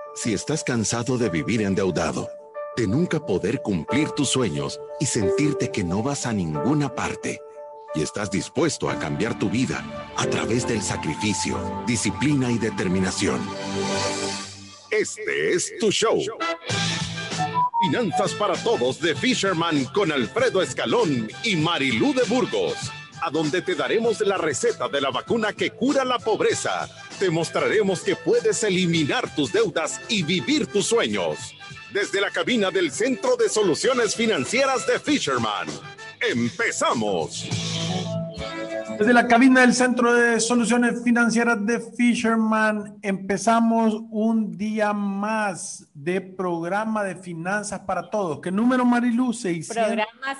Si estás cansado de vivir endeudado, de nunca poder cumplir tus sueños y sentirte que no vas a ninguna parte, y estás dispuesto a cambiar tu vida a través del sacrificio, disciplina y determinación, este es tu show. Finanzas para Todos de Fisherman con Alfredo Escalón y Marilú de Burgos, a donde te daremos la receta de la vacuna que cura la pobreza. Te mostraremos que puedes eliminar tus deudas y vivir tus sueños. Desde la cabina del Centro de Soluciones Financieras de Fisherman. ¡Empezamos! Desde la cabina del Centro de Soluciones Financieras de Fisherman, empezamos un día más de programa de Finanzas para Todos. ¿Qué número, Marilu? Programa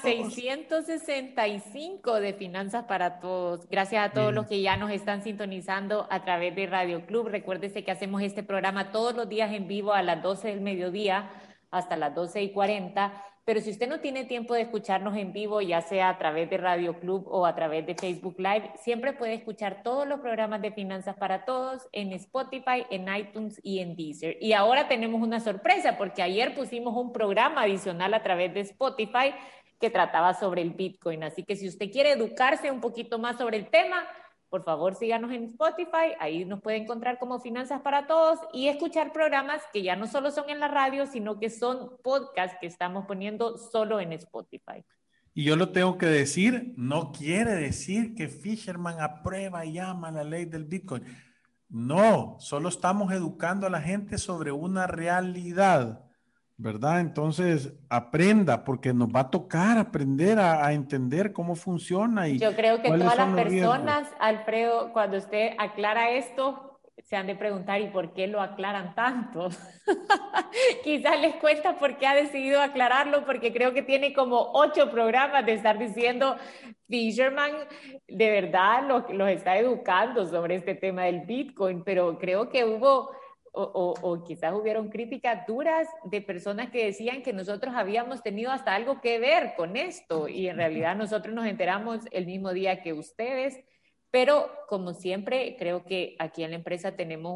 665 de Finanzas para Todos. Gracias a todos los que ya nos están sintonizando a través de Radio Club. Recuérdese que hacemos este programa todos los días en vivo a las 12 del mediodía hasta las 12:40. Pero si usted no tiene tiempo de escucharnos en vivo, ya sea a través de Radio Club o a través de Facebook Live, siempre puede escuchar todos los programas de Finanzas para Todos en Spotify, en iTunes y en Deezer. Y ahora tenemos una sorpresa, porque ayer pusimos un programa adicional a través de Spotify que trataba sobre el Bitcoin. Así que si usted quiere educarse un poquito más sobre el tema, por favor, síganos en Spotify, ahí nos puede encontrar como Finanzas para Todos y escuchar programas que ya no solo son en la radio, sino que son podcasts que estamos poniendo solo en Spotify. Y yo lo tengo que decir, no quiere decir que Fisherman aprueba y ama la ley del Bitcoin. No, solo estamos educando a la gente sobre una realidad, ¿verdad? Entonces, aprenda, porque nos va a tocar aprender a entender cómo funciona. Y yo creo que todas las personas, Alfredo, cuando usted aclara esto, se han de preguntar, ¿y por qué lo aclaran tanto? Quizás les cuesta por qué ha decidido aclararlo, porque creo que tiene como 8 programas de estar diciendo, Fisherman de verdad los está educando sobre este tema del Bitcoin, pero creo que hubo... O quizás hubieron críticas duras de personas que decían que nosotros habíamos tenido hasta algo que ver con esto y en realidad nosotros nos enteramos el mismo día que ustedes, pero como siempre creo que aquí en la empresa tenemos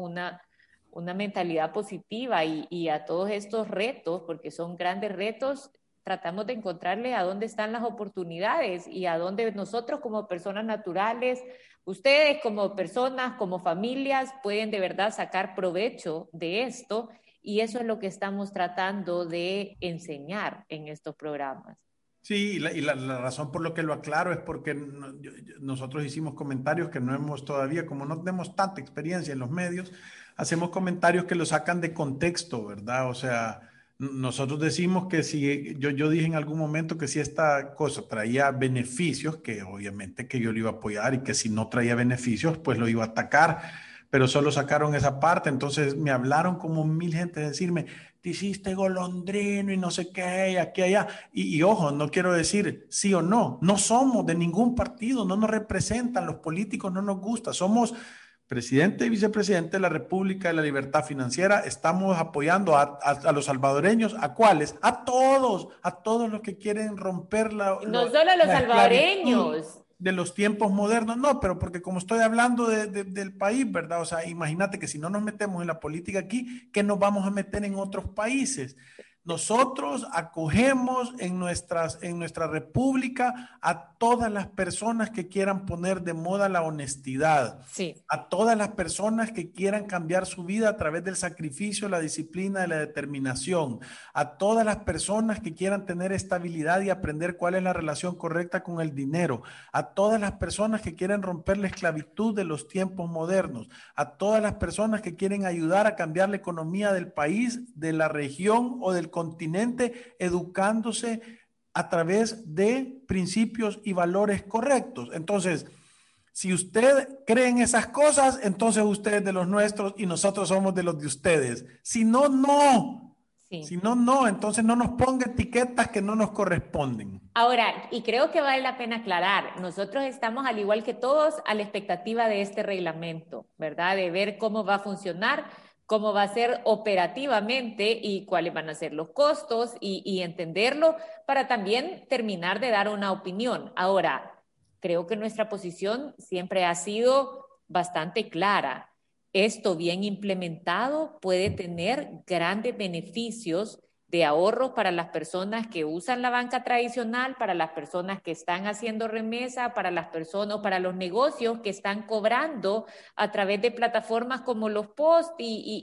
una mentalidad positiva y a todos estos retos, porque son grandes retos, tratamos de encontrarle a dónde están las oportunidades y a dónde nosotros como personas naturales, ustedes como personas, como familias, pueden de verdad sacar provecho de esto y eso es lo que estamos tratando de enseñar en estos programas. Sí, y la razón por lo que lo aclaro es porque nosotros hicimos comentarios que no hemos todavía, como no tenemos tanta experiencia en los medios, hacemos comentarios que lo sacan de contexto, ¿verdad? O sea, nosotros decimos que si, yo dije en algún momento que si esta cosa traía beneficios, que obviamente que yo lo iba a apoyar y que si no traía beneficios, pues lo iba a atacar, pero solo sacaron esa parte, entonces me hablaron como 1000 gente de decirme, te hiciste golondrino y no sé qué, y aquí, allá. Y ojo, no quiero decir sí o no. No somos de ningún partido, no nos representan, los políticos no nos gusta. Somos presidente y vicepresidente de la República de la Libertad Financiera. Estamos apoyando a los salvadoreños. ¿A cuáles? A todos los que quieren romper no solo a los salvadoreños. De los tiempos modernos, no, pero porque como estoy hablando del país, ¿verdad? O sea, imagínate que si no nos metemos en la política aquí, ¿qué nos vamos a meter en otros países? Nosotros acogemos en nuestra república a todas las personas que quieran poner de moda la honestidad, sí, a todas las personas que quieran cambiar su vida a través del sacrificio, la disciplina y la determinación, a todas las personas que quieran tener estabilidad y aprender cuál es la relación correcta con el dinero, a todas las personas que quieren romper la esclavitud de los tiempos modernos, a todas las personas que quieren ayudar a cambiar la economía del país, de la región o del continente, educándose a través de principios y valores correctos. Entonces, si usted cree en esas cosas, entonces usted es de los nuestros y nosotros somos de los de ustedes. Si no, no. Sí. Si no, no. Entonces no nos ponga etiquetas que no nos corresponden. Ahora, y creo que vale la pena aclarar, nosotros estamos al igual que todos a la expectativa de este reglamento, ¿verdad? De ver cómo va a funcionar, cómo va a ser operativamente y cuáles van a ser los costos y entenderlo para también terminar de dar una opinión. Ahora, creo que nuestra posición siempre ha sido bastante clara. esto bien implementado puede tener grandes beneficios de ahorro para las personas que usan la banca tradicional, para las personas que están haciendo remesa, para las personas, para los negocios que están cobrando a través de plataformas como los POS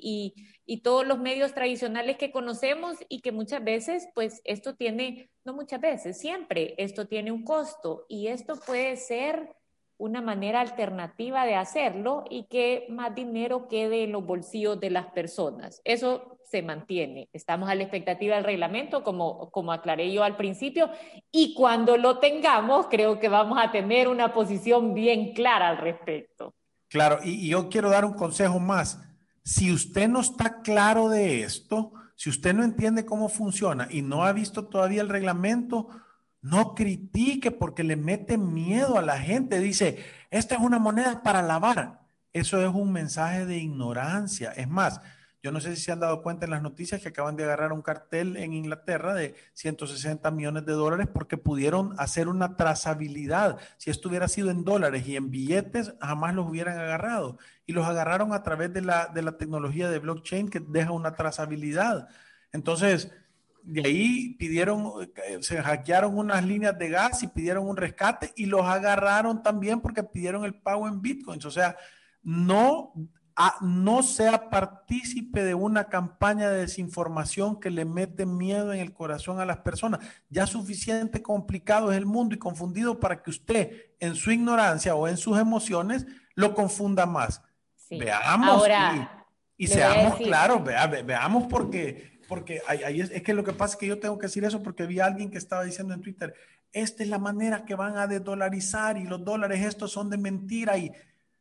y todos los medios tradicionales que conocemos, y que muchas veces, pues esto tiene, no muchas veces, siempre esto tiene un costo, y esto puede ser una manera alternativa de hacerlo y que más dinero quede en los bolsillos de las personas. Eso se mantiene. Estamos a la expectativa del reglamento, como aclaré yo al principio, y cuando lo tengamos, creo que vamos a tener una posición bien clara al respecto. Claro, y yo quiero dar un consejo más. Si usted no está claro de esto, si usted no entiende cómo funciona y no ha visto todavía el reglamento, no critique porque le mete miedo a la gente. Dice, esta es una moneda para lavar. Eso es un mensaje de ignorancia. Es más, yo no sé si se han dado cuenta en las noticias que acaban de agarrar un cartel en Inglaterra de 160 millones de dólares porque pudieron hacer una trazabilidad. Si esto hubiera sido en dólares y en billetes, jamás los hubieran agarrado. Y los agarraron a través de la tecnología de blockchain que deja una trazabilidad. Entonces, de ahí pidieron, se hackearon unas líneas de gas y pidieron un rescate y los agarraron también porque pidieron el pago en bitcoins. O sea, no, no sea partícipe de una campaña de desinformación que le mete miedo en el corazón a las personas. Ya suficiente complicado es el mundo y confundido para que usted en su ignorancia o en sus emociones lo confunda más. Sí. Veamos Ahora, y seamos claros, veamos porque es que lo que pasa es que yo tengo que decir eso porque vi a alguien que estaba diciendo en Twitter, esta es la manera que van a desdolarizar y los dólares estos son de mentira y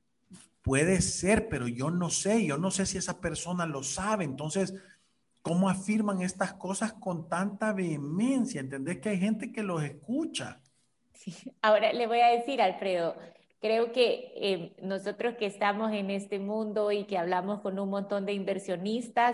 puede ser, pero yo no sé si esa persona lo sabe. Entonces, ¿cómo afirman estas cosas con tanta vehemencia? ¿Entendés que hay gente que los escucha? Sí. Ahora le voy a decir, Alfredo, creo que nosotros que estamos en este mundo y que hablamos con un montón de inversionistas,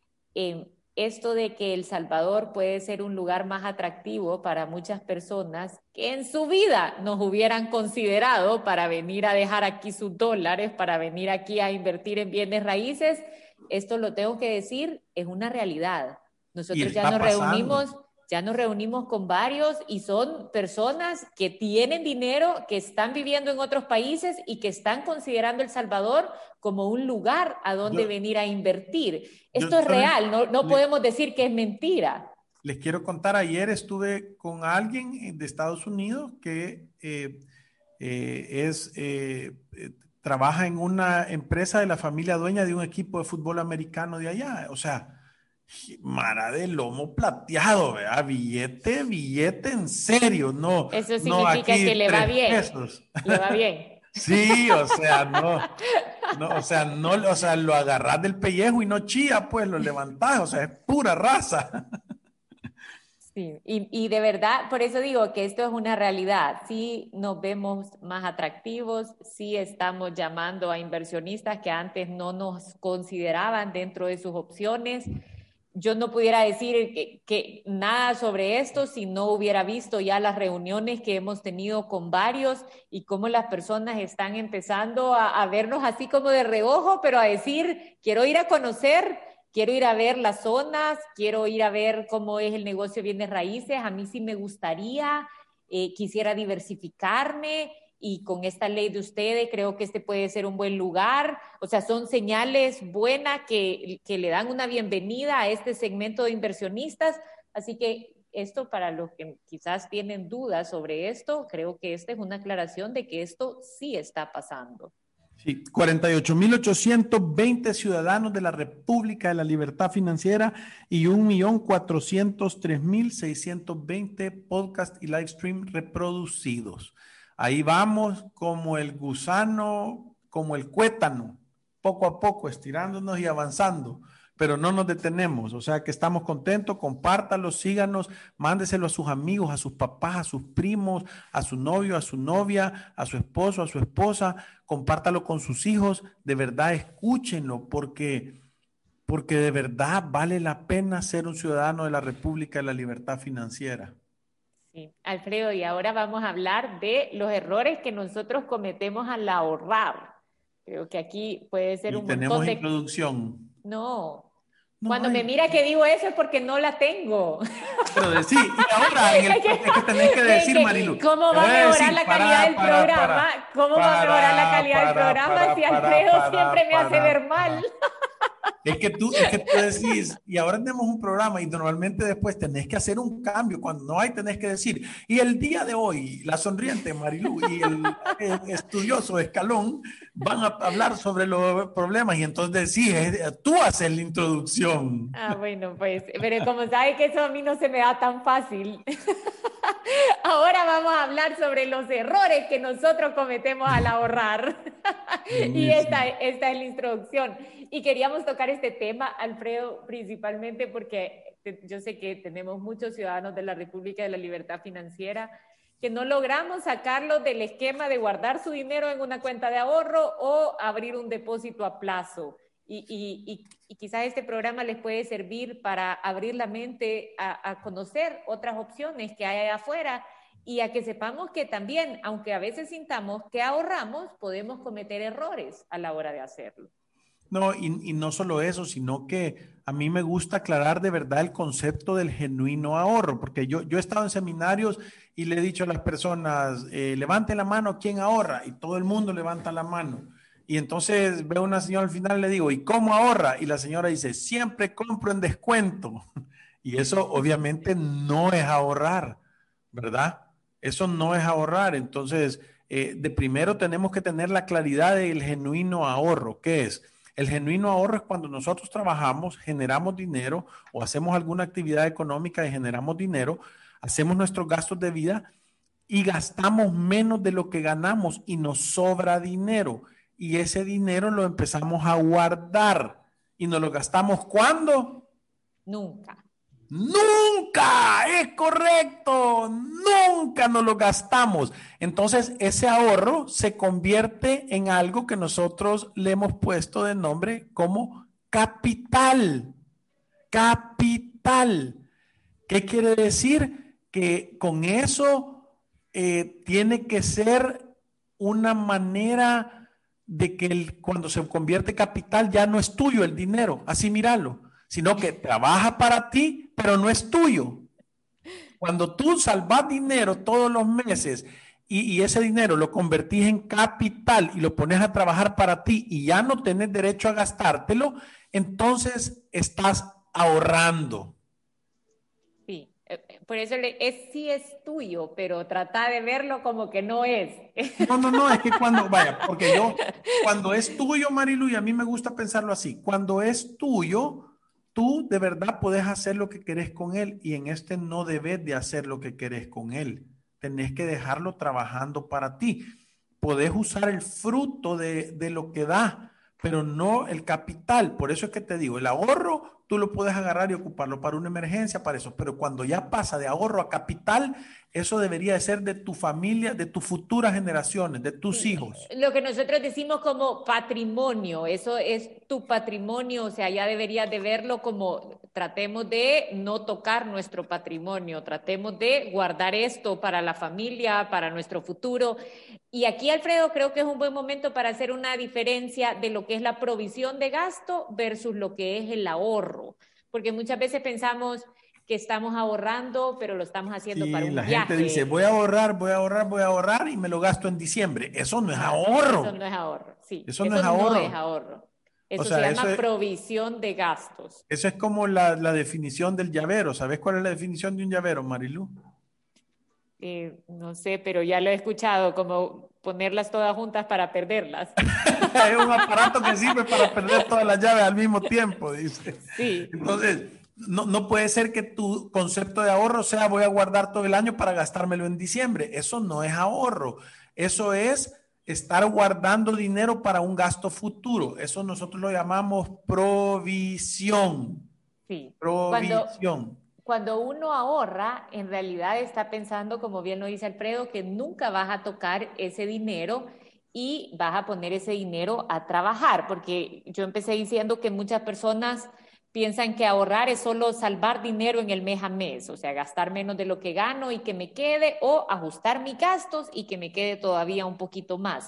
esto de que El Salvador puede ser un lugar más atractivo para muchas personas que en su vida nos hubieran considerado para venir a dejar aquí sus dólares, para venir aquí a invertir en bienes raíces, esto lo tengo que decir, es una realidad. Nosotros ya nos reunimos con varios y son personas que tienen dinero, que están viviendo en otros países y que están considerando El Salvador como un lugar a donde venir a invertir. Esto es real, no podemos decir que es mentira. Les quiero contar, ayer estuve con alguien de Estados Unidos que trabaja en una empresa de la familia dueña de un equipo de fútbol americano de allá. O sea, mara de lomo plateado, ¿verdad? Billete en serio, no. Eso significa no aquí que le va bien. pesos. Le va bien. Sí, o sea, o sea, lo agarras del pellejo y no chía, pues lo levantás, o sea, es pura raza. Sí, y de verdad, por eso digo que esto es una realidad. Sí nos vemos más atractivos, sí estamos llamando a inversionistas que antes no nos consideraban dentro de sus opciones. Yo no pudiera decir que nada sobre esto si no hubiera visto ya las reuniones que hemos tenido con varios y cómo las personas están empezando a vernos así como de reojo, pero a decir, quiero ir a conocer, quiero ir a ver las zonas, quiero ir a ver cómo es el negocio de bienes raíces, a mí sí me gustaría, quisiera diversificarme y con esta ley de ustedes creo que este puede ser un buen lugar. O sea, son señales buenas que le dan una bienvenida a este segmento de inversionistas. Así que esto para los que quizás tienen dudas sobre esto, creo que esta es una aclaración de que esto sí está pasando. Sí, 48.820 ciudadanos de la República de la Libertad Financiera y 1.403.620 podcast y live stream reproducidos. Ahí vamos como el gusano, como el cuétano, poco a poco, estirándonos y avanzando, pero no nos detenemos. O sea que estamos contentos, compártalo, síganos, mándeselo a sus amigos, a sus papás, a sus primos, a su novio, a su novia, a su esposo, a su esposa, compártalo con sus hijos, de verdad escúchenlo, porque de verdad vale la pena ser un ciudadano de la República de la Libertad Financiera. Sí, Alfredo, y ahora vamos a hablar de los errores que nosotros cometemos al ahorrar. Creo que aquí puede ser y un tenemos montón de... introducción. No. No Cuando hay. me mira que digo eso es porque no la tengo. Pero decir, y ahora Es es que tenés que decir, Marilu, ¿cómo va a tenés que mejorar decir, la calidad del programa? ¿Cómo va a mejorar la calidad del programa si Alfredo siempre me hace ver mal? Es que tú decís, y ahora tenemos un programa y normalmente después tenés que hacer un cambio. Cuando no hay, tenés que decir, y el día de hoy, la sonriente Marilu y el estudioso Escalón van a hablar sobre los problemas y entonces sí, tú haces la introducción. Ah, bueno, pues, pero como sabe que eso a mí no se me da tan fácil, ahora vamos a hablar sobre los errores que nosotros cometemos al ahorrar. Y esta Buenísimo. es la introducción. Y queríamos tocar este tema, Alfredo, principalmente porque yo sé que tenemos muchos ciudadanos de la República de la Libertad Financiera que no logramos sacarlos del esquema de guardar su dinero en una cuenta de ahorro o abrir un depósito a plazo. Y quizás este programa les puede servir para abrir la mente a conocer otras opciones que hay allá afuera y a que sepamos que también, aunque a veces sintamos que ahorramos, podemos cometer errores a la hora de hacerlo. No, y no solo eso, sino que a mí me gusta aclarar de verdad el concepto del genuino ahorro, porque yo he estado en seminarios y le he dicho a las personas, levanten la mano, ¿quién ahorra? Y todo el mundo levanta la mano. Y entonces veo una señora al final, le digo, ¿y cómo ahorra? Y la señora dice, siempre compro en descuento. Y eso obviamente no es ahorrar, ¿verdad? Eso no es ahorrar. Entonces, de primero tenemos que tener la claridad del genuino ahorro. ¿Qué es? El genuino ahorro es cuando nosotros trabajamos, generamos dinero o hacemos alguna actividad económica y generamos dinero, hacemos nuestros gastos de vida y gastamos menos de lo que ganamos y nos sobra dinero. Y ese dinero lo empezamos a guardar y nos lo gastamos ¿cuándo? Nunca. Nunca, es correcto, nunca nos lo gastamos. Entonces, ese ahorro se convierte en algo que nosotros le hemos puesto de nombre como capital. Capital. ¿Qué quiere decir? Que con eso tiene que ser una manera de que cuando se convierte capital ya no es tuyo el dinero, así míralo, sino que trabaja para ti, pero no es tuyo. Cuando tú salvas dinero todos los meses y ese dinero lo convertís en capital y lo pones a trabajar para ti y ya no tenés derecho a gastártelo, entonces estás ahorrando. Sí, por eso sí es tuyo, pero trata de verlo como que no es. No, es que cuando es tuyo, Marilu, y a mí me gusta pensarlo así, cuando es tuyo, tú de verdad puedes hacer lo que querés con él y en este no debes de hacer lo que querés con él. Tenés que dejarlo trabajando para ti. Podés usar el fruto de lo que da, pero no el capital. Por eso es que te digo, el ahorro tú lo puedes agarrar y ocuparlo para una emergencia, para eso. Pero cuando ya pasa de ahorro a capital, eso debería de ser de tu familia, de tus futuras generaciones, de tus Sí, hijos. lo que nosotros decimos como patrimonio, eso es tu patrimonio, o sea, ya deberías de verlo como tratemos de no tocar nuestro patrimonio, tratemos de guardar esto para la familia, para nuestro futuro. Y aquí, Alfredo, creo que es un buen momento para hacer una diferencia de lo que es la provisión de gasto versus lo que es el ahorro, porque muchas veces pensamos que estamos ahorrando, pero lo estamos haciendo para Sí, un la gente dice, viaje. voy a ahorrar y me lo gasto en diciembre. Eso no es Ajá, eso ahorro. no es ahorro, sí, Eso no eso es no es ahorro. ahorro. O Eso se sea, llama provisión de gastos. eso es como la definición del llavero. ¿Sabes cuál es la definición de un llavero, Marilu? No sé, pero ya lo he escuchado, como ponerlas todas juntas para perderlas. Es un aparato que sirve para perder todas las llaves al mismo tiempo, dice. Sí, Entonces, no puede ser que tu concepto de ahorro sea voy a guardar todo el año para gastármelo en diciembre. Eso no es ahorro. Eso es estar guardando dinero para un gasto futuro. Eso nosotros lo llamamos provisión. sí. Provisión. Cuando uno ahorra, en realidad está pensando, como bien lo dice Alfredo, que nunca vas a tocar ese dinero y vas a poner ese dinero a trabajar, porque yo empecé diciendo que muchas personas piensan que ahorrar es solo salvar dinero en el mes a mes, o sea, gastar menos de lo que gano y que me quede, o ajustar mis gastos y que me quede todavía un poquito más.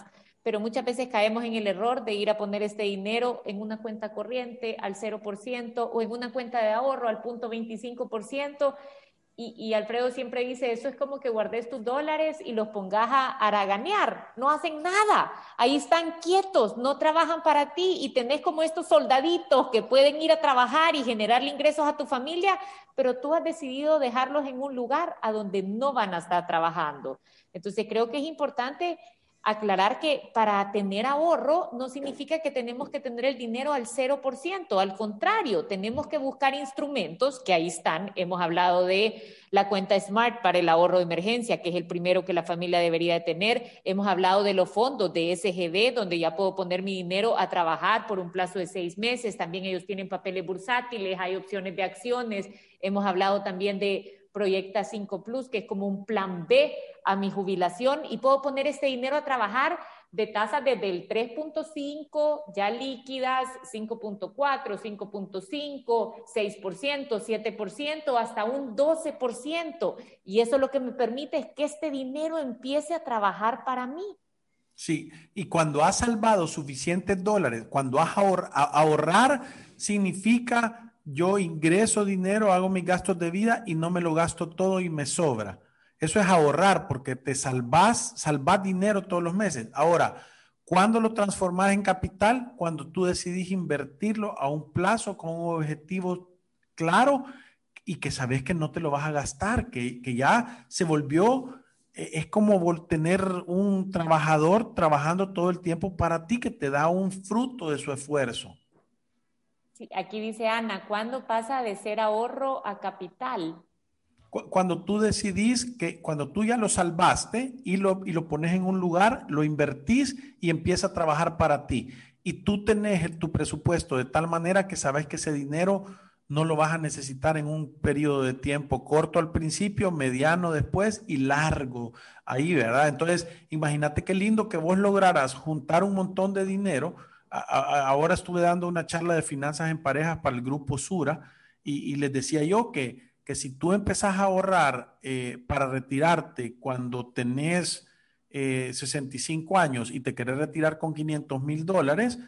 pero muchas veces caemos en el error de ir a poner este dinero en una cuenta corriente al 0% o en una cuenta de ahorro al 0.25%. Y Alfredo siempre dice, eso es como que guardes tus dólares y los pongas a haraganear, no hacen nada, ahí están quietos, no trabajan para ti y tenés como estos soldaditos que pueden ir a trabajar y generarle ingresos a tu familia, pero tú has decidido dejarlos en un lugar a donde no van a estar trabajando. Entonces creo que es importante aclarar que para tener ahorro no significa que tenemos que tener el dinero al 0%, al contrario, tenemos que buscar instrumentos que ahí están. Hemos hablado de la cuenta Smart para el ahorro de emergencia, que es el primero que la familia debería de tener. Hemos hablado de los fondos de SGB, donde ya puedo poner mi dinero a trabajar por un plazo de 6 meses. También ellos tienen papeles bursátiles, hay opciones de acciones. Hemos hablado también de Proyecta 5 Plus, que es como un plan B a mi jubilación y puedo poner este dinero a trabajar de tasas desde el 3.5, ya líquidas, 5.4, 5.5, 6%, 7%, hasta un 12%. Y eso lo que me permite es que este dinero empiece a trabajar para mí. Sí, y cuando has salvado suficientes dólares, cuando has ahorrar significa yo ingreso dinero, hago mis gastos de vida y no me lo gasto todo y me sobra. Eso es ahorrar porque te salvas dinero todos los meses. Ahora, ¿cuándo lo transformas en capital? Cuando tú decidís invertirlo a un plazo con un objetivo claro y que sabes que no te lo vas a gastar, que ya se volvió, es como tener un trabajador trabajando todo el tiempo para ti que te da un fruto de su esfuerzo. Sí, aquí dice Ana, ¿cuándo pasa de ser ahorro a capital? Cuando tú decidís que cuando tú ya lo salvaste y lo pones en un lugar, lo invertís y empieza a trabajar para ti. Y tú tenés tu presupuesto de tal manera que sabes que ese dinero no lo vas a necesitar en un periodo de tiempo corto al principio, mediano después y largo ahí, ¿verdad? Entonces, imagínate qué lindo que vos lograras juntar un montón de dinero. Ahora estuve dando una charla de finanzas en parejas para el grupo Sura y les decía yo que si tú empezás a ahorrar para retirarte cuando tenés 65 años y te querés retirar con $500,000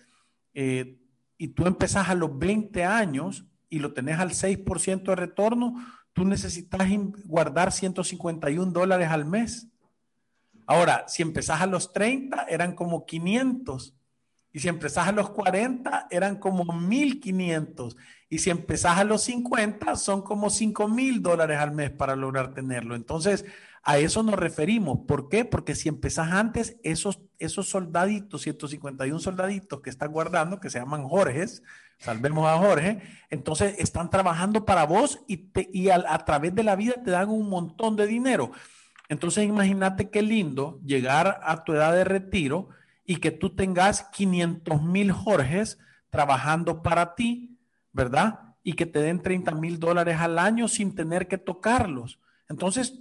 y tú empezás a los 20 años y lo tenés al 6% de retorno, tú necesitas guardar $151 al mes. Ahora, si empezás a los 30, eran como 500. Y si empezás a los 40, eran como 1,500. Y si empezás a los 50, son como $5,000 al mes para lograr tenerlo. Entonces, a eso nos referimos. ¿Por qué? Porque si empezás antes, esos soldaditos, 151 soldaditos que estás guardando, que se llaman Jorges, salvemos a Jorge, entonces están trabajando para vos y a través de la vida te dan un montón de dinero. Entonces, imagínate qué lindo llegar a tu edad de retiro y que tú tengas 500,000 Jorges trabajando para ti, ¿verdad? Y que te den $30,000 al año sin tener que tocarlos. Entonces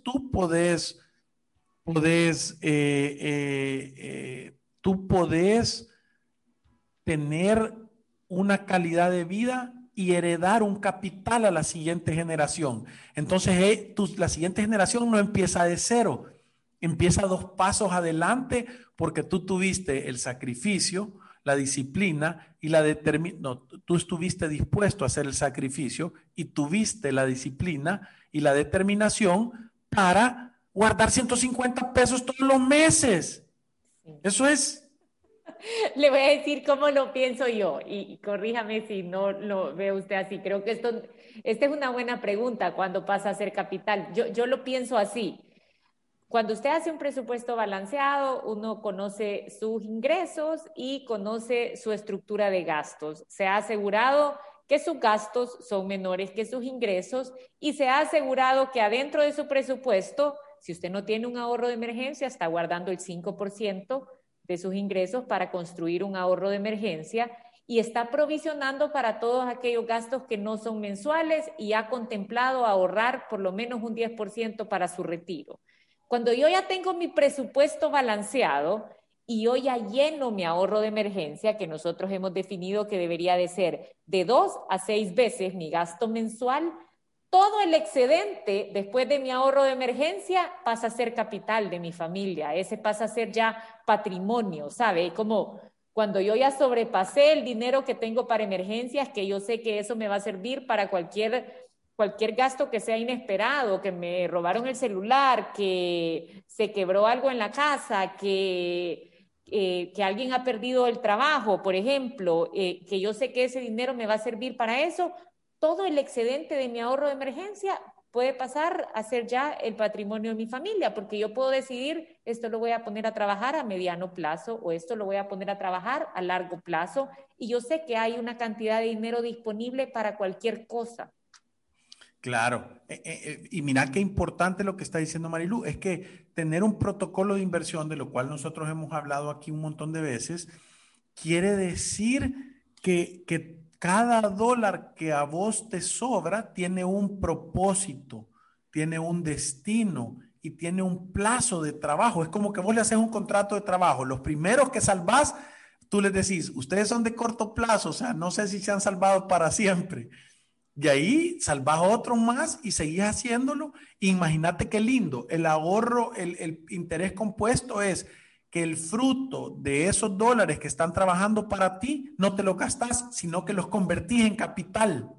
tú podés tener una calidad de vida y heredar un capital a la siguiente generación. Entonces, la siguiente generación no empieza de cero, empieza 2 pasos adelante porque tú tuviste el sacrificio, la disciplina y la determinación. No, tú estuviste dispuesto a hacer el sacrificio y tuviste la disciplina y la determinación para guardar 150 pesos todos los meses. Eso es. Le voy a decir cómo lo pienso yo y corríjame si no lo ve usted así. Creo que esta es una buena pregunta cuando pasa a ser capital. Yo lo pienso así. Cuando usted hace un presupuesto balanceado, uno conoce sus ingresos y conoce su estructura de gastos. Se ha asegurado que sus gastos son menores que sus ingresos y se ha asegurado que adentro de su presupuesto, si usted no tiene un ahorro de emergencia, está guardando el 5% de sus ingresos para construir un ahorro de emergencia y está provisionando para todos aquellos gastos que no son mensuales y ha contemplado ahorrar por lo menos un 10% para su retiro. Cuando yo ya tengo mi presupuesto balanceado y yo ya lleno mi ahorro de emergencia, que nosotros hemos definido que debería de ser de 2 a 6 veces mi gasto mensual, todo el excedente después de mi ahorro de emergencia pasa a ser capital de mi familia, ese pasa a ser ya patrimonio, ¿sabe? Como cuando yo ya sobrepasé el dinero que tengo para emergencias, que yo sé que eso me va a servir para cualquier gasto que sea inesperado, que me robaron el celular, que se quebró algo en la casa, que alguien ha perdido el trabajo, por ejemplo, que yo sé que ese dinero me va a servir para eso, todo el excedente de mi ahorro de emergencia puede pasar a ser ya el patrimonio de mi familia, porque yo puedo decidir, esto lo voy a poner a trabajar a mediano plazo o esto lo voy a poner a trabajar a largo plazo, y yo sé que hay una cantidad de dinero disponible para cualquier cosa. Claro, y mira qué importante lo que está diciendo Marilu, es que tener un protocolo de inversión, de lo cual nosotros hemos hablado aquí un montón de veces, quiere decir que cada dólar que a vos te sobra tiene un propósito, tiene un destino y tiene un plazo de trabajo. Es como que vos le haces un contrato de trabajo. Los primeros que salvás, tú les decís, ustedes son de corto plazo, o sea, no sé si se han salvado para siempre. De ahí salvas otros más y seguís haciéndolo. Imagínate qué lindo. El ahorro, el interés compuesto es que el fruto de esos dólares que están trabajando para ti no te los gastas, sino que los convertís en capital.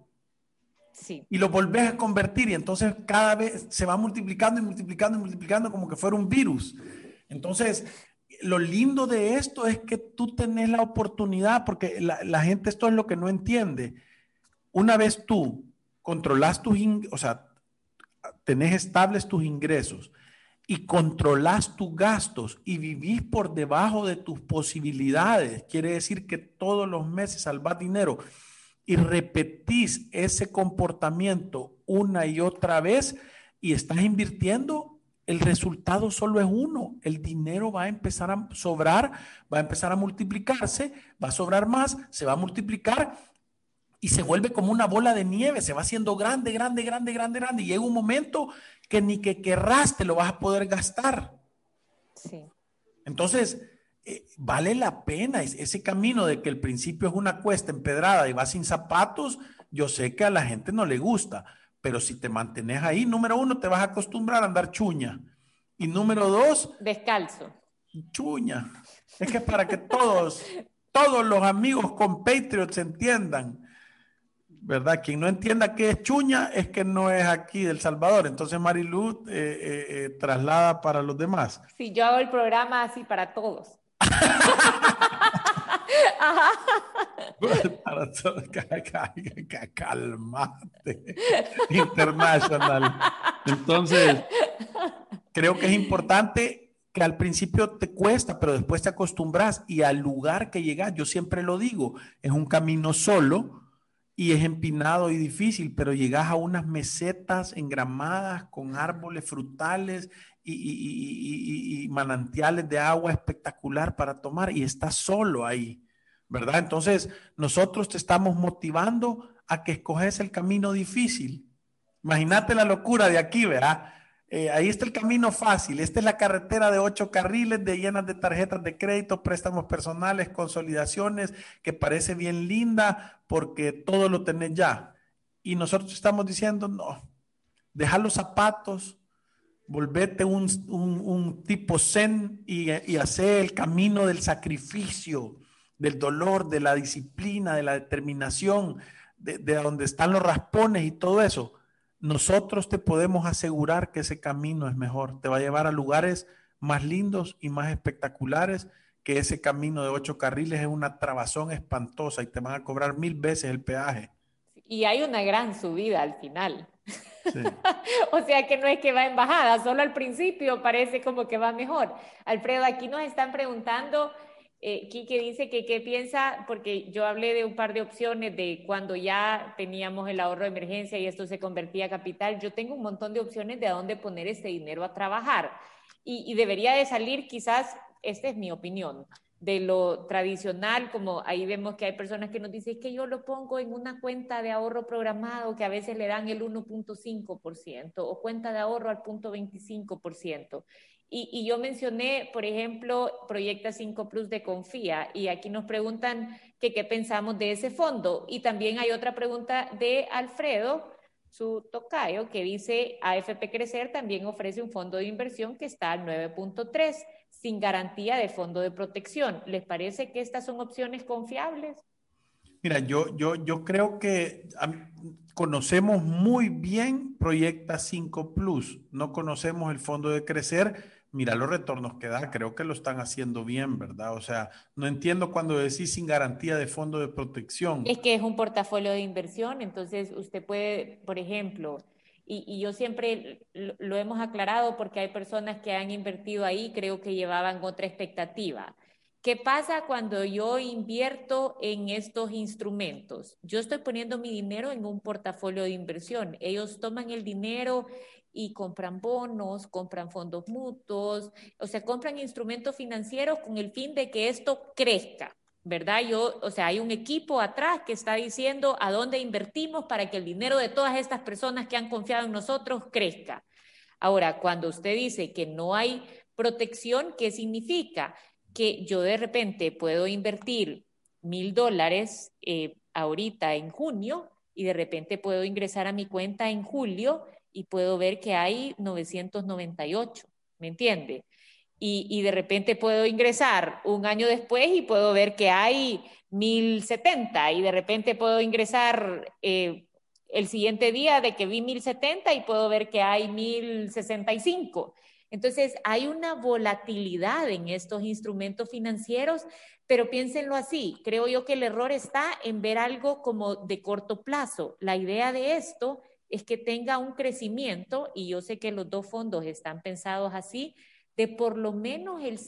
Sí. Y los volvés a convertir y entonces cada vez se va multiplicando y multiplicando y multiplicando como que fuera un virus. Entonces, lo lindo de esto es que tú tenés la oportunidad, porque la gente esto es lo que no entiende. Una vez tú controlas o sea, tenés estables tus ingresos y controlas tus gastos y vivís por debajo de tus posibilidades, quiere decir que todos los meses salvás dinero y repetís ese comportamiento una y otra vez y estás invirtiendo, el resultado solo es uno. El dinero va a empezar a sobrar, va a empezar a multiplicarse, va a sobrar más, se va a multiplicar y se vuelve como una bola de nieve, se va haciendo grande, grande, grande, grande, grande. Y llega un momento que ni que querrás te lo vas a poder gastar. Sí. Entonces, vale la pena ese camino de que el principio es una cuesta empedrada y vas sin zapatos. Yo sé que a la gente no le gusta, pero si te mantienes ahí, número uno, te vas a acostumbrar a andar chuña. Y número dos, descalzo. Chuña. Es que para que todos los amigos compatriots entiendan, ¿verdad? Quien no entienda qué es chuña es que no es aquí del Salvador. Entonces Marilu traslada para los demás. Sí, yo hago el programa así para todos. Para todos, calmate. International. Entonces, creo que es importante que al principio te cuesta, pero después te acostumbras y al lugar que llegas, yo siempre lo digo, es un camino solo y es empinado y difícil, pero llegas a unas mesetas engramadas con árboles frutales y manantiales de agua espectacular para tomar y estás solo ahí, ¿verdad? Entonces, nosotros te estamos motivando a que escoges el camino difícil. Imagínate la locura de aquí, ¿verdad? Ahí está el camino fácil. Esta es la carretera de 8 carriles llenas de tarjetas de crédito, préstamos personales, consolidaciones, que parece bien linda porque todo lo tenés ya. Y nosotros estamos diciendo, no, deja los zapatos, volvete un tipo zen y hacer el camino del sacrificio, del dolor, de la disciplina, de la determinación, de donde están los raspones y todo eso. Nosotros te podemos asegurar que ese camino es mejor, te va a llevar a lugares más lindos y más espectaculares, que ese camino de 8 carriles es una trabazón espantosa y te van a cobrar 1000 veces el peaje. Y hay una gran subida al final. Sí. O sea que no es que va en bajada, solo al principio parece como que va mejor. Alfredo, aquí nos están preguntando, Quique dice que qué piensa, porque yo hablé de un par de opciones de cuando ya teníamos el ahorro de emergencia y esto se convertía a capital. Yo tengo un montón de opciones de a dónde poner este dinero a trabajar y debería de salir quizás, esta es mi opinión, de lo tradicional, como ahí vemos que hay personas que nos dicen que yo lo pongo en una cuenta de ahorro programado que a veces le dan el 1.5% o cuenta de ahorro al 0.25%. Y yo mencioné, por ejemplo, Proyecta 5 Plus de Confía, y aquí nos preguntan que qué pensamos de ese fondo. Y también hay otra pregunta de Alfredo, su tocayo, que dice AFP Crecer también ofrece un fondo de inversión que está al 9.3, sin garantía de fondo de protección. ¿Les parece que estas son opciones confiables? Mira, yo creo que conocemos muy bien Proyecta 5 Plus, no conocemos el fondo de Crecer. Mira los retornos que da, creo que lo están haciendo bien, ¿verdad? O sea, no entiendo cuando decís sin garantía de fondo de protección. Es que es un portafolio de inversión, entonces usted puede, por ejemplo, y yo siempre lo hemos aclarado porque hay personas que han invertido ahí, creo que llevaban otra expectativa. ¿Qué pasa cuando yo invierto en estos instrumentos? Yo estoy poniendo mi dinero en un portafolio de inversión. Ellos toman el dinero y compran bonos, compran fondos mutuos, o sea, compran instrumentos financieros con el fin de que esto crezca. ¿Verdad? O sea, hay un equipo atrás que está diciendo a dónde invertimos para que el dinero de todas estas personas que han confiado en nosotros crezca. Ahora, cuando usted dice que no hay protección, ¿qué significa? Que yo de repente puedo invertir $1,000 ahorita en junio y de repente puedo ingresar a mi cuenta en julio y puedo ver que hay 998, ¿me entiende? Y de repente puedo ingresar un año después y puedo ver que hay 1,070 y de repente puedo ingresar el siguiente día de que vi 1,070 y puedo ver que hay 1,065. Entonces hay una volatilidad en estos instrumentos financieros, pero piénsenlo así, creo yo que el error está en ver algo como de corto plazo. La idea de esto es que tenga un crecimiento, y yo sé que los dos fondos están pensados así, de por lo menos el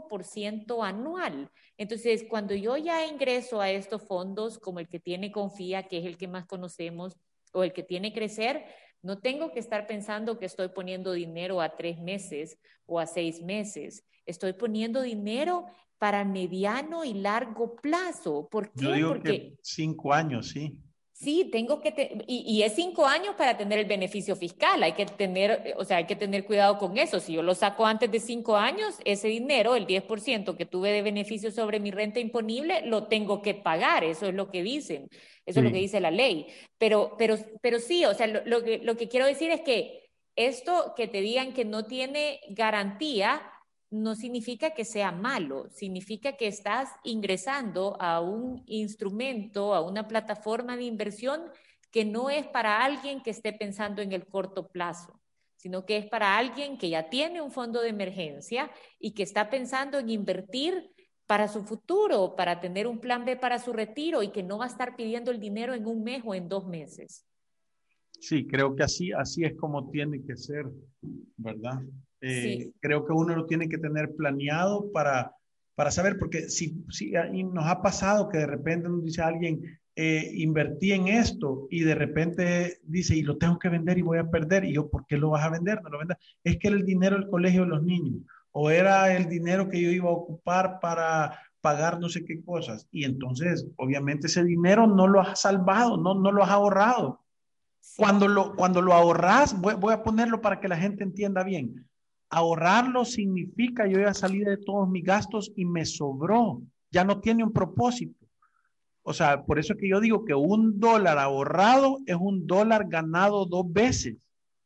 5% anual. Entonces, cuando yo ya ingreso a estos fondos, como el que tiene Confía, que es el que más conocemos, o el que tiene Crecer, no tengo que estar pensando que estoy poniendo dinero a 3 meses o a 6 meses. Estoy poniendo dinero para mediano y largo plazo. ¿Por qué? Yo digo Porque que 5 años, sí. sí, tengo que, y es 5 años para tener el beneficio fiscal. Hay que tener, o sea, hay que tener cuidado con eso. Si yo lo saco antes de 5 años, ese dinero, el 10% que tuve de beneficio sobre mi renta imponible, lo tengo que pagar. Eso es lo que dicen. Eso es lo que dice la ley. Pero sí, o sea, lo que quiero decir es que esto que te digan que no tiene garantía no significa que sea malo, significa que estás ingresando a un instrumento, a una plataforma de inversión que no es para alguien que esté pensando en el corto plazo, sino que es para alguien que ya tiene un fondo de emergencia y que está pensando en invertir para su futuro, para tener un plan B para su retiro y que no va a estar pidiendo el dinero en un mes o en 2 meses. Sí, creo que así es como tiene que ser, ¿verdad? Sí. Creo que uno lo tiene que tener planeado para saber, porque si nos ha pasado que de repente nos dice alguien, invertí en esto y de repente dice, y lo tengo que vender y voy a perder. Y yo, ¿por qué lo vas a vender? No lo vendas. Es que era el dinero del colegio de los niños o era el dinero que yo iba a ocupar para pagar no sé qué cosas. Y entonces, obviamente, ese dinero no lo has salvado, no lo has ahorrado. Sí. Cuando lo ahorras, voy a ponerlo para que la gente entienda bien. Ahorrarlo significa yo ya salí de todos mis gastos y me sobró. Ya no tiene un propósito. O sea, por eso es que yo digo que $1 ahorrado es $1 ganado 2 veces.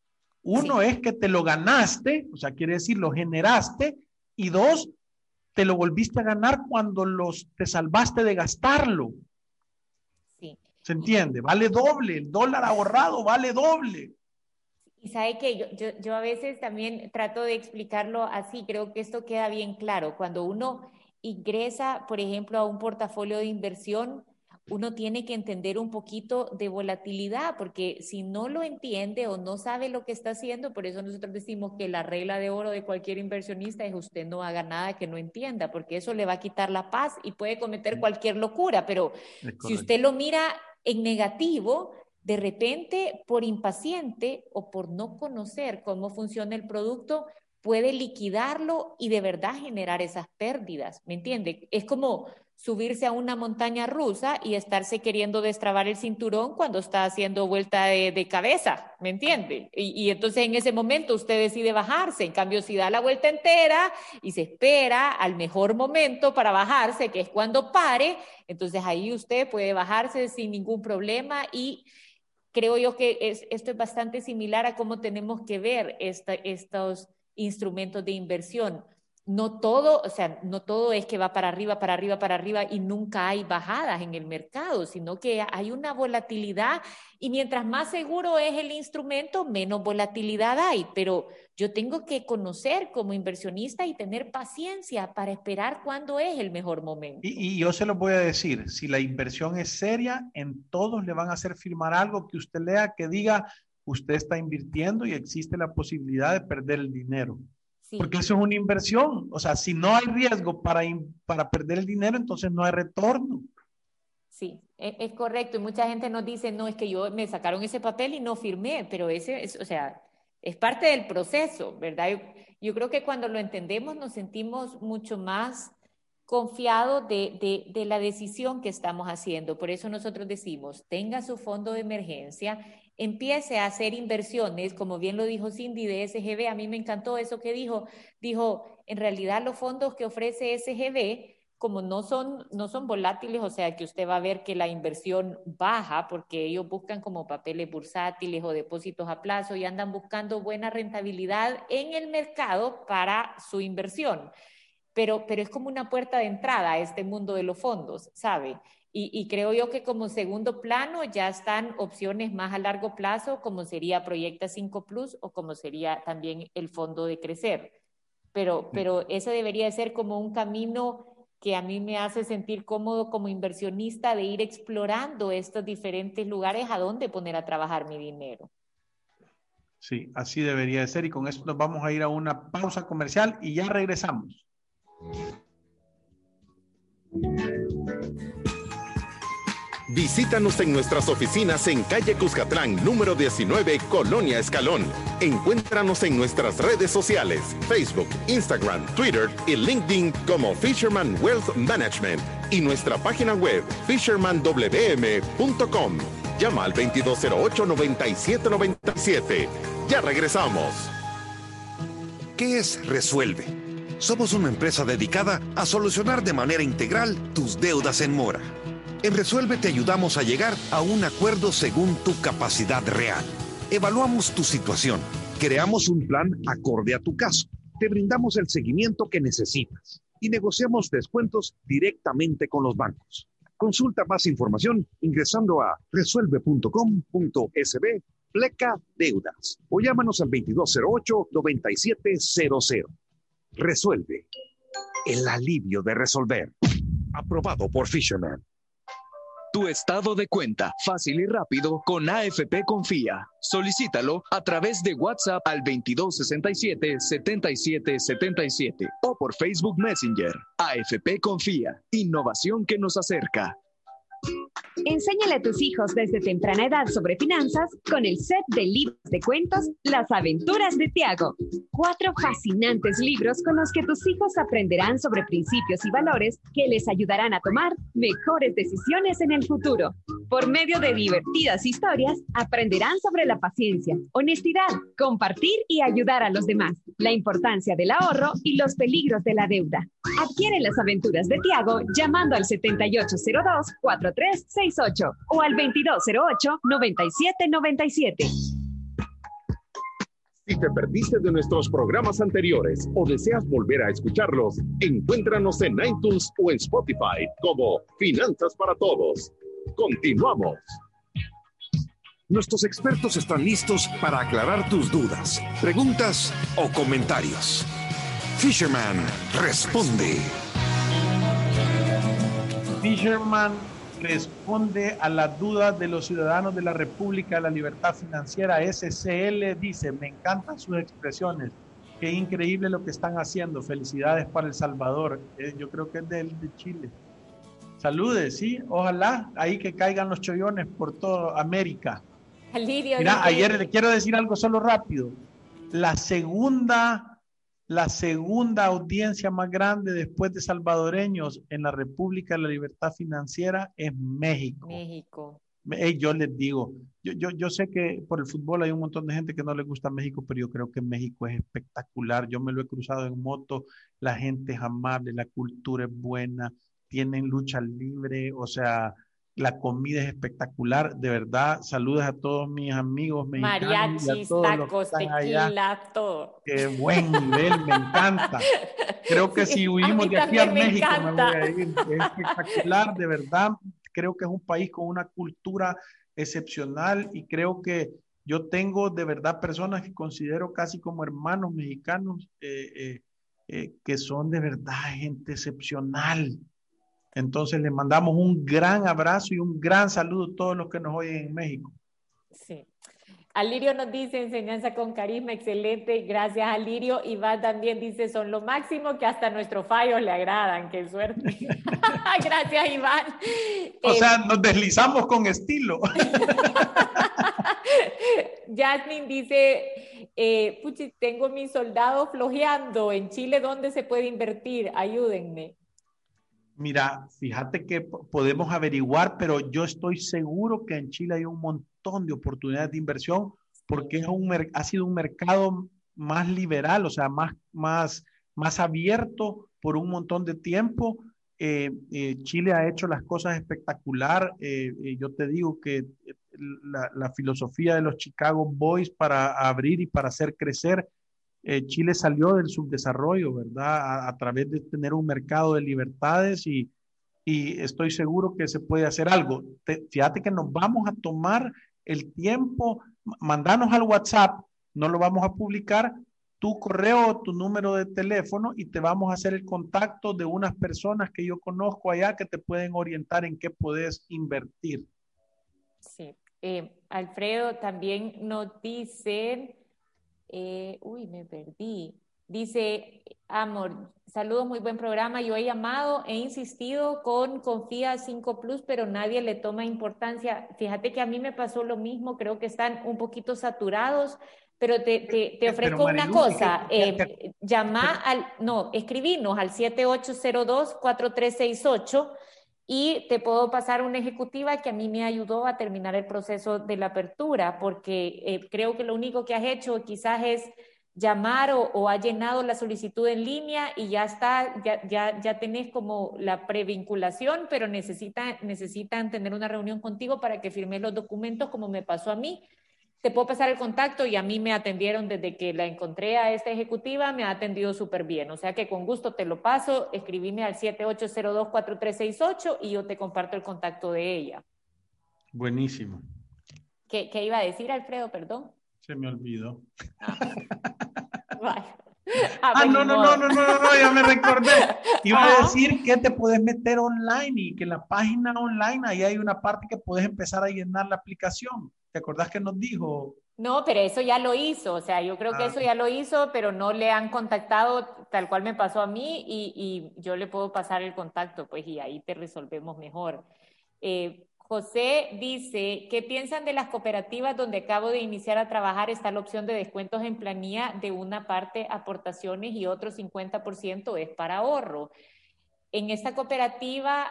Uno es que te lo ganaste, o sea, quiere decir lo generaste, y 2, te lo volviste a ganar cuando te salvaste de gastarlo. Sí. ¿Se entiende? Vale doble, el dólar ahorrado vale doble. Y sabe que yo a veces también trato de explicarlo así, creo que esto queda bien claro. Cuando uno ingresa, por ejemplo, a un portafolio de inversión, uno tiene que entender un poquito de volatilidad, porque si no lo entiende o no sabe lo que está haciendo, por eso nosotros decimos que la regla de oro de cualquier inversionista es usted no haga nada que no entienda, porque eso le va a quitar la paz y puede cometer cualquier locura, pero si usted lo mira en negativo, de repente, por impaciente o por no conocer cómo funciona el producto, puede liquidarlo y de verdad generar esas pérdidas, ¿me entiende? Es como subirse a una montaña rusa y estarse queriendo destrabar el cinturón cuando está haciendo vuelta de cabeza, ¿me entiende? Y entonces en ese momento usted decide bajarse, en cambio si da la vuelta entera y se espera al mejor momento para bajarse, que es cuando pare, entonces ahí usted puede bajarse sin ningún problema y creo yo que esto es bastante similar a cómo tenemos que ver estos instrumentos de inversión. No todo, o sea, no todo es que va para arriba, para arriba, para arriba y nunca hay bajadas en el mercado, sino que hay una volatilidad y mientras más seguro es el instrumento, menos volatilidad hay. Pero yo tengo que conocer como inversionista y tener paciencia para esperar cuándo es el mejor momento. Y yo se lo voy a decir, si la inversión es seria, en todos le van a hacer firmar algo que usted lea que diga, usted está invirtiendo y existe la posibilidad de perder el dinero. Sí. Porque eso es una inversión. O sea, si no hay riesgo para perder el dinero, entonces no hay retorno. Sí, es correcto. Y mucha gente nos dice, no, es que me sacaron ese papel y no firmé, pero o sea, es parte del proceso, ¿verdad? Yo creo que cuando lo entendemos nos sentimos mucho más confiados de la decisión que estamos haciendo. Por eso nosotros decimos, tenga su fondo de emergencia, empiece a hacer inversiones, como bien lo dijo Cindy de SGB, a mí me encantó eso que dijo, en realidad los fondos que ofrece SGB, como no son volátiles, o sea que usted va a ver que la inversión baja, porque ellos buscan como papeles bursátiles o depósitos a plazo y andan buscando buena rentabilidad en el mercado para su inversión. Pero es como una puerta de entrada a este mundo de los fondos, ¿sabe? Y creo yo que como segundo plano ya están opciones más a largo plazo, como sería Proyecta 5 Plus o como sería también el fondo de Crecer. Pero eso debería de ser como un camino que a mí me hace sentir cómodo como inversionista de ir explorando estos diferentes lugares a donde poner a trabajar mi dinero. Sí, así debería de ser y con eso nos vamos a ir a una pausa comercial y ya regresamos. Visítanos en nuestras oficinas en calle Cuscatlán, número 19, Colonia Escalón. Encuéntranos en nuestras redes sociales, Facebook, Instagram, Twitter y LinkedIn como Fisherman Wealth Management y nuestra página web fishermanwm.com. Llama al 2208-9797. Ya regresamos. ¿Qué es Resuelve? Somos una empresa dedicada a solucionar de manera integral tus deudas en mora. En Resuelve te ayudamos a llegar a un acuerdo según tu capacidad real. Evaluamos tu situación, creamos un plan acorde a tu caso, te brindamos el seguimiento que necesitas y negociamos descuentos directamente con los bancos. Consulta más información ingresando a resuelve.com.sb/deudas o llámanos al 2208-9700. Resuelve. El alivio de resolver. Aprobado por Fisherman. Tu estado de cuenta, fácil y rápido, con AFP Confía. Solicítalo a través de WhatsApp al 2267-7777 o por Facebook Messenger. AFP Confía, innovación que nos acerca. Enséñale a tus hijos desde temprana edad sobre finanzas con el set de libros de cuentos Las Aventuras de Tiago. 4 fascinantes libros con los que tus hijos aprenderán sobre principios y valores que les ayudarán a tomar mejores decisiones en el futuro. Por medio de divertidas historias, aprenderán sobre la paciencia, honestidad, compartir y ayudar a los demás, la importancia del ahorro y los peligros de la deuda. Adquiere Las Aventuras de Tiago llamando al 7802-4368 o al 2208-9797. Si te perdiste de nuestros programas anteriores o deseas volver a escucharlos, encuéntranos en iTunes o en Spotify como Finanzas para Todos. Continuamos. Nuestros expertos están listos para aclarar tus dudas, preguntas o comentarios. Fisherman responde. Fisherman responde a las dudas de los ciudadanos de la República de la Libertad Financiera. SCL dice, me encantan sus expresiones. Qué increíble lo que están haciendo. Felicidades para El Salvador. Yo creo que es de Chile. Saludes, sí. Ojalá ahí que caigan los chollones por toda América. Mira, ayer le quiero decir algo solo rápido. La segunda audiencia más grande después de salvadoreños en la República de la Libertad Financiera es México. Yo les digo, yo sé que por el fútbol hay un montón de gente que no le gusta México, pero yo creo que México es espectacular. Yo me lo he cruzado en moto, la gente es amable, la cultura es buena, tienen lucha libre, o sea, la comida es espectacular, de verdad. Saludos a todos mis amigos mexicanos y a Mariachis, todos los que tacos, están allá. tequila, todo. Qué buen nivel, me encanta. Creo que Sí, si a huimos mí de aquí a también me México me voy encanta. a ir. Es espectacular, de verdad. Creo que es un país con una cultura excepcional y creo que yo tengo de verdad personas que considero casi como hermanos mexicanos que son de verdad gente excepcional. Entonces les mandamos un gran abrazo y un gran saludo a todos los que nos oyen en México. Sí. Alirio nos dice, enseñanza con carisma, excelente, gracias Alirio. Iván también dice, son lo máximo, que hasta nuestros fallos le agradan, qué suerte. Gracias Iván. O sea, nos deslizamos con estilo. Jasmine dice, puchi, tengo mi soldado flojeando, en Chile, ¿dónde se puede invertir? Ayúdenme. Mira, fíjate que podemos averiguar, pero yo estoy seguro que en Chile hay un montón de oportunidades de inversión porque ha sido un mercado más liberal, o sea, más abierto por un montón de tiempo. Chile ha hecho las cosas espectacular. Yo te digo que la filosofía de los Chicago Boys para abrir y para hacer crecer Chile salió del subdesarrollo, ¿verdad? A través de tener un mercado de libertades y estoy seguro que se puede hacer algo. Fíjate que nos vamos a tomar el tiempo, mandanos al WhatsApp, no lo vamos a publicar, tu correo, tu número de teléfono y te vamos a hacer el contacto de unas personas que yo conozco allá que te pueden orientar en qué puedes invertir. Sí. Alfredo también nos dice... me perdí. Dice, amor, saludos, muy buen programa. Yo he llamado, he insistido con Confía 5 Plus, pero nadie le toma importancia. Fíjate que a mí me pasó lo mismo, creo que están un poquito saturados, pero te ofrezco una cosa. Escribinos al 7802-4368 y te puedo pasar una ejecutiva que a mí me ayudó a terminar el proceso de la apertura, porque creo que lo único que has hecho quizás es llamar o has llenado la solicitud en línea y ya está, ya tenés como la previnculación, pero necesitan tener una reunión contigo para que firmes los documentos como me pasó a mí. Te puedo pasar el contacto y a mí me atendieron desde que la encontré a esta ejecutiva, me ha atendido súper bien. O sea que con gusto te lo paso, escribime al 7802-4368 y yo te comparto el contacto de ella. Buenísimo. ¿Qué iba a decir, Alfredo? Perdón. Se me olvidó. Vale. No, ya me recordé. Iba a decir que te puedes meter online y que en la página online ahí hay una parte que puedes empezar a llenar la aplicación. ¿Te acordás que nos dijo? No, pero eso ya lo hizo, o sea, yo creo que eso ya lo hizo, pero no le han contactado tal cual me pasó a mí y yo le puedo pasar el contacto, pues, y ahí te resolvemos mejor. José dice, ¿qué piensan de las cooperativas donde acabo de iniciar a trabajar? Está la opción de descuentos en planilla de una parte aportaciones y otro 50% es para ahorro. En esta cooperativa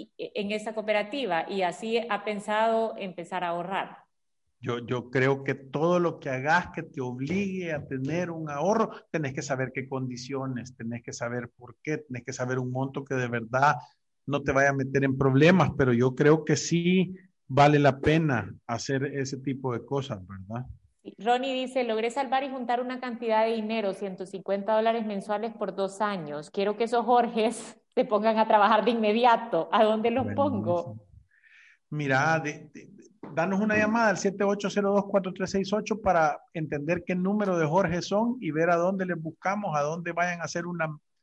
y así ha pensado empezar a ahorrar. Yo creo que todo lo que hagas que te obligue a tener un ahorro, tenés que saber qué condiciones, tenés que saber por qué, tenés que saber un monto que de verdad no te vaya a meter en problemas, pero yo creo que sí vale la pena hacer ese tipo de cosas, ¿verdad? Ronnie dice, logré salvar y juntar una cantidad de dinero, $150 mensuales por 2 años. Quiero que esos Jorges se pongan a trabajar de inmediato. ¿A dónde los pongo? Mira, danos una llamada al 7802-4368 para entender qué número de Jorge son y ver a dónde les buscamos, a dónde vayan a hacer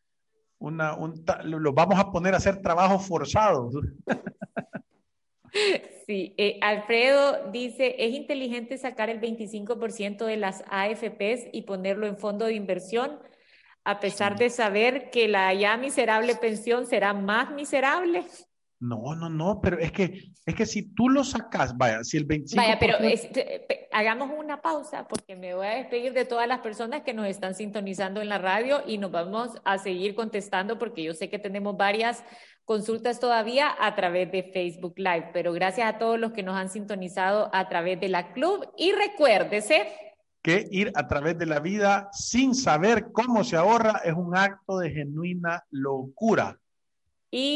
los vamos a poner a hacer trabajos forzados. Sí, Alfredo dice, ¿es inteligente sacar el 25% de las AFPs y ponerlo en fondo de inversión a pesar de saber que la ya miserable pensión será más miserable? No, pero es que si tú lo sacas, vaya, si el 25%... Vaya, pero hagamos una pausa porque me voy a despedir de todas las personas que nos están sintonizando en la radio y nos vamos a seguir contestando porque yo sé que tenemos varias consultas todavía a través de Facebook Live, pero gracias a todos los que nos han sintonizado a través de la Club y recuérdese que ir a través de la vida sin saber cómo se ahorra es un acto de genuina locura. Y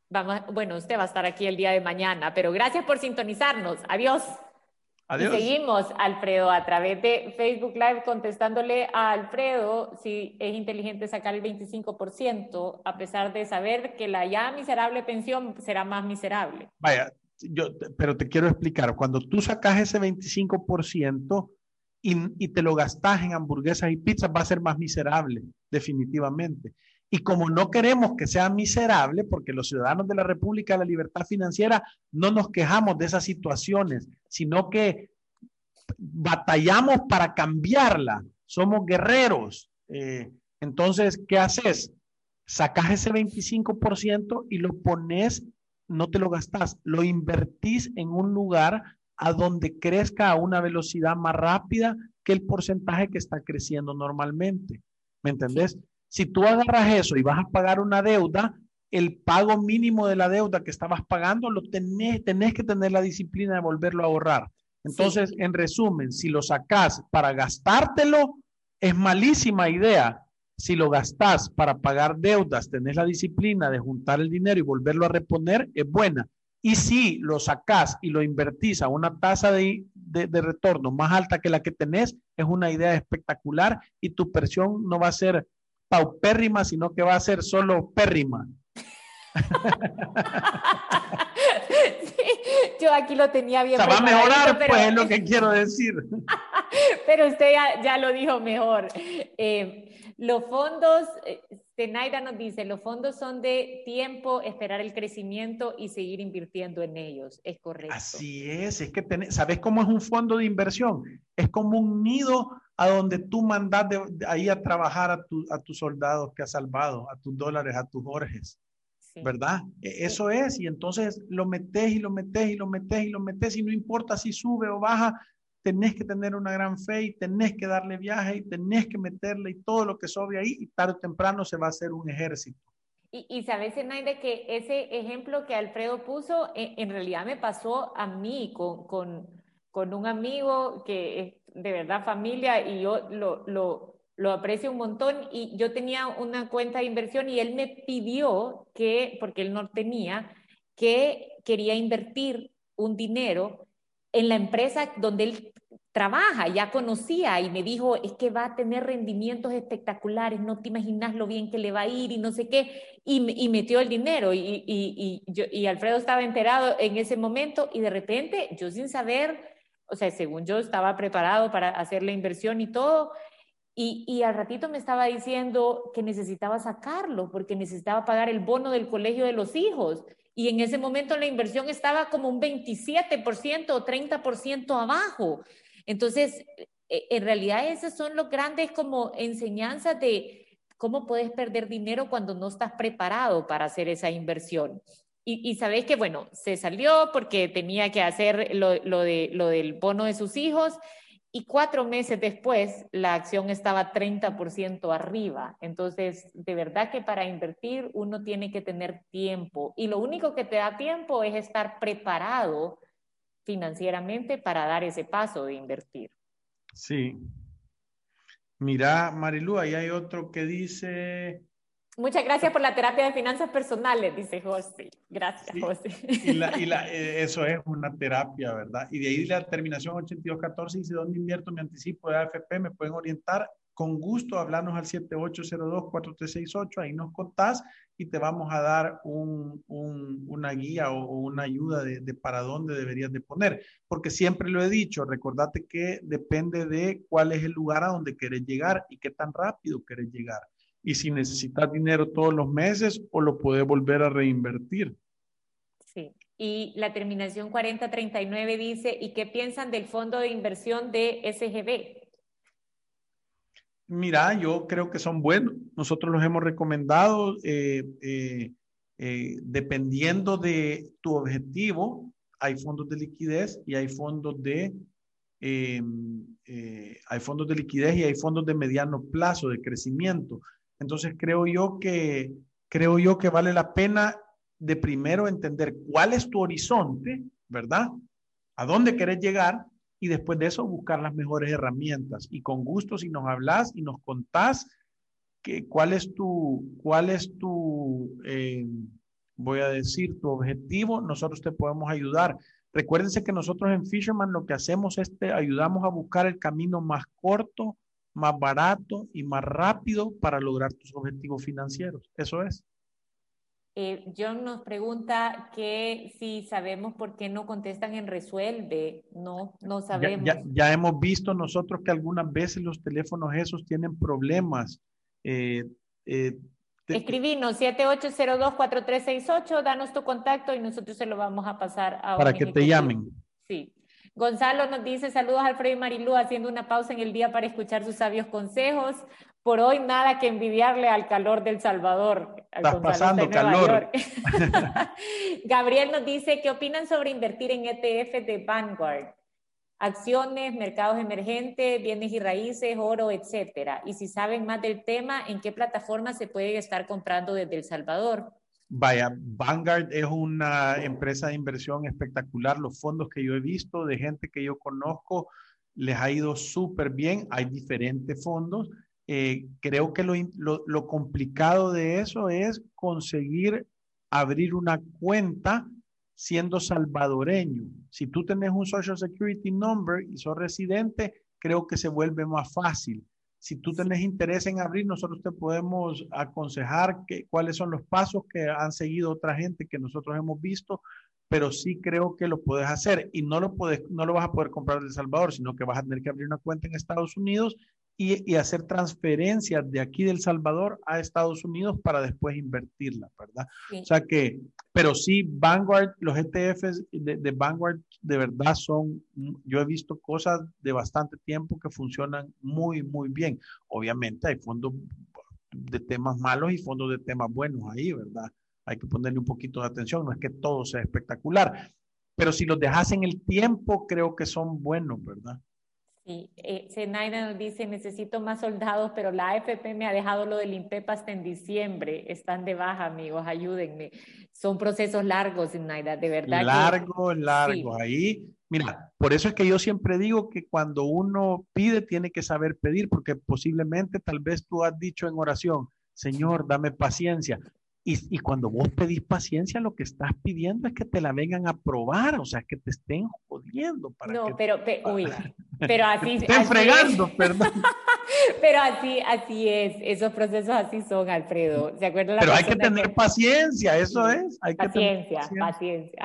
Bueno, usted va a estar aquí el día de mañana, pero gracias por sintonizarnos. Adiós. Adiós. Y seguimos, Alfredo, a través de Facebook Live contestándole a Alfredo si es inteligente sacar el 25%, a pesar de saber que la ya miserable pensión será más miserable. Vaya, pero te quiero explicar, cuando tú sacas ese 25% y te lo gastas en hamburguesas y pizzas, va a ser más miserable, definitivamente. Y como no queremos que sea miserable, porque los ciudadanos de la República de la Libertad Financiera no nos quejamos de esas situaciones, sino que batallamos para cambiarla. Somos guerreros. Entonces, ¿qué haces? Sacas ese 25% y lo pones, no te lo gastas, lo invertís en un lugar a donde crezca a una velocidad más rápida que el porcentaje que está creciendo normalmente. ¿Me entendés? Si tú agarras eso y vas a pagar una deuda, el pago mínimo de la deuda que estabas pagando, tenés que tener la disciplina de volverlo a ahorrar. Entonces, en resumen, si lo sacás para gastártelo, es malísima idea. Si lo gastás para pagar deudas, tenés la disciplina de juntar el dinero y volverlo a reponer, es buena. Y si lo sacás y lo invertís a una tasa de retorno más alta que la que tenés, es una idea espectacular y tu pensión no va a ser paupérrima, sino que va a ser solo pérrima. Sí, yo aquí lo tenía bien. O sea, va a mejorar, pero... pues es lo que quiero decir. Pero usted ya lo dijo mejor. Los fondos, Zenaida nos dice, los fondos son de tiempo, esperar el crecimiento y seguir invirtiendo en ellos. Es correcto. Así es que ¿sabes cómo es un fondo de inversión? Es como un nido a donde tú mandas ahí a trabajar a tus soldados que has salvado, a tus dólares, a tus Jorges. Sí. ¿Verdad? Eso es, y entonces lo metes y lo metes y lo metes y lo metes y no importa si sube o baja, tenés que tener una gran fe y tenés que darle viaje y tenés que meterle y todo lo que sobre ahí y tarde o temprano se va a hacer un ejército. Y sabes, Zenaida, que ese ejemplo que Alfredo puso en realidad me pasó a mí con un amigo que es de verdad familia y yo lo aprecio un montón y yo tenía una cuenta de inversión y él me pidió que, porque él no tenía, que quería invertir un dinero en la empresa donde él trabaja, ya conocía y me dijo, es que va a tener rendimientos espectaculares, no te imaginas lo bien que le va a ir y no sé qué, y metió el dinero y Alfredo estaba enterado en ese momento y de repente yo sin saber, o sea, según yo estaba preparado para hacer la inversión y todo, y al ratito me estaba diciendo que necesitaba sacarlo porque necesitaba pagar el bono del colegio de los hijos. Y en ese momento la inversión estaba como un 27% o 30% abajo. Entonces, en realidad esos son los grandes como enseñanzas de cómo puedes perder dinero cuando no estás preparado para hacer esa inversión. Y sabés que, bueno, se salió porque tenía que hacer lo del bono de sus hijos. Y 4 meses después, la acción estaba 30% arriba. Entonces, de verdad que para invertir uno tiene que tener tiempo. Y lo único que te da tiempo es estar preparado financieramente para dar ese paso de invertir. Sí. Mira, Marilu, ahí hay otro que dice... Muchas gracias por la terapia de finanzas personales, dice José. Gracias, sí. José. Eso es una terapia, ¿verdad? Y de ahí la terminación 8214 dice, ¿dónde invierto mi anticipo de AFP? ¿Me pueden orientar? Con gusto, hablarnos al 7802-4368, ahí nos contás y te vamos a dar una guía o una ayuda de para dónde deberías de poner. Porque siempre lo he dicho, recordate que depende de cuál es el lugar a donde querés llegar y qué tan rápido querés llegar. Y si necesitas dinero todos los meses o lo puedes volver a reinvertir. Sí, y la terminación 4039 dice, ¿y qué piensan del fondo de inversión de SGB? Mira, yo creo que son buenos. Nosotros los hemos recomendado dependiendo de tu objetivo. Hay fondos de liquidez y hay fondos de liquidez y hay fondos de mediano plazo de crecimiento. Entonces creo yo que vale la pena de primero entender cuál es tu horizonte, ¿verdad? ¿A dónde querés llegar? Y después de eso buscar las mejores herramientas. Y con gusto si nos hablas y nos contás cuál es tu voy a decir tu objetivo, nosotros te podemos ayudar. Recuérdense que nosotros en Fisherman lo que hacemos es te ayudamos a buscar el camino más corto, más barato y más rápido para lograr tus objetivos financieros. Eso es. John nos pregunta que si sabemos por qué no contestan en Resuelve. No sabemos. Ya hemos visto nosotros que algunas veces los teléfonos esos tienen problemas. Escribinos 7802-4368, danos tu contacto y nosotros se lo vamos a pasar a para que te llamen. Sí. Gonzalo nos dice, saludos Alfredo y Marilú, haciendo una pausa en el día para escuchar sus sabios consejos. Por hoy nada que envidiarle al calor del Salvador. Estás pasando calor. Gabriel nos dice, ¿qué opinan sobre invertir en ETF de Vanguard? Acciones, mercados emergentes, bienes y raíces, oro, etcétera. Y si saben más del tema, ¿en qué plataforma se puede estar comprando desde El Salvador? Vaya, Vanguard es una empresa de inversión espectacular. Los fondos que yo he visto de gente que yo conozco les ha ido súper bien. Hay diferentes fondos. Creo que lo complicado de eso es conseguir abrir una cuenta siendo salvadoreño. Si tú tenés un Social Security Number y sos residente, creo que se vuelve más fácil. Si tú tenés interés en abrir, nosotros te podemos aconsejar cuáles son los pasos que han seguido otra gente que nosotros hemos visto, pero sí creo que lo puedes hacer y no lo vas a poder comprar de El Salvador, sino que vas a tener que abrir una cuenta en Estados Unidos y hacer transferencias de aquí de El Salvador a Estados Unidos para después invertirla, ¿verdad? Sí. O sea que, pero sí, Vanguard, los ETFs de Vanguard de verdad yo he visto cosas de bastante tiempo que funcionan muy, muy bien. Obviamente hay fondos de temas malos y fondos de temas buenos ahí, ¿verdad? Hay que ponerle un poquito de atención, no es que todo sea espectacular, pero si los dejas en el tiempo, creo que son buenos, ¿verdad? Sí, Zenaida nos dice, necesito más soldados, pero la AFP me ha dejado lo del INPEP hasta en diciembre. Están de baja, amigos, ayúdenme. Son procesos largos, Zenaida, de verdad. Largos. Sí. Ahí, mira, por eso es que yo siempre digo que cuando uno pide, tiene que saber pedir, porque posiblemente tal vez tú has dicho en oración, Señor, dame paciencia. Y cuando vos pedís paciencia, lo que estás pidiendo es que te la vengan a probar, o sea, que te estén jodiendo. Pero así... Te estén fregando, perdón. Pero así es, esos procesos así son, Alfredo. ¿Se acuerdan? Pero hay que tener paciencia, eso es. Paciencia.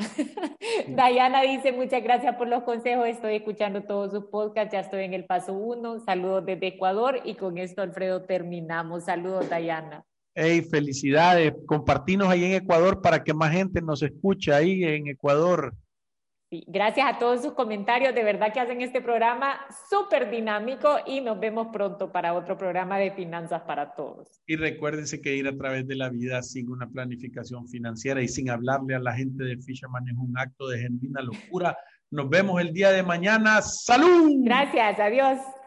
Dayana dice, muchas gracias por los consejos, estoy escuchando todos sus podcasts, ya estoy en el paso 1, saludos desde Ecuador y con esto, Alfredo, terminamos. Saludos, Dayana. Hey, felicidades. Compartinos ahí en Ecuador para que más gente nos escuche ahí en Ecuador. Sí, gracias a todos sus comentarios. De verdad que hacen este programa súper dinámico y nos vemos pronto para otro programa de Finanzas para Todos. Y recuérdense que ir a través de la vida sin una planificación financiera y sin hablarle a la gente de Fisherman es un acto de genuina locura. Nos vemos el día de mañana. ¡Salud! Gracias. Adiós.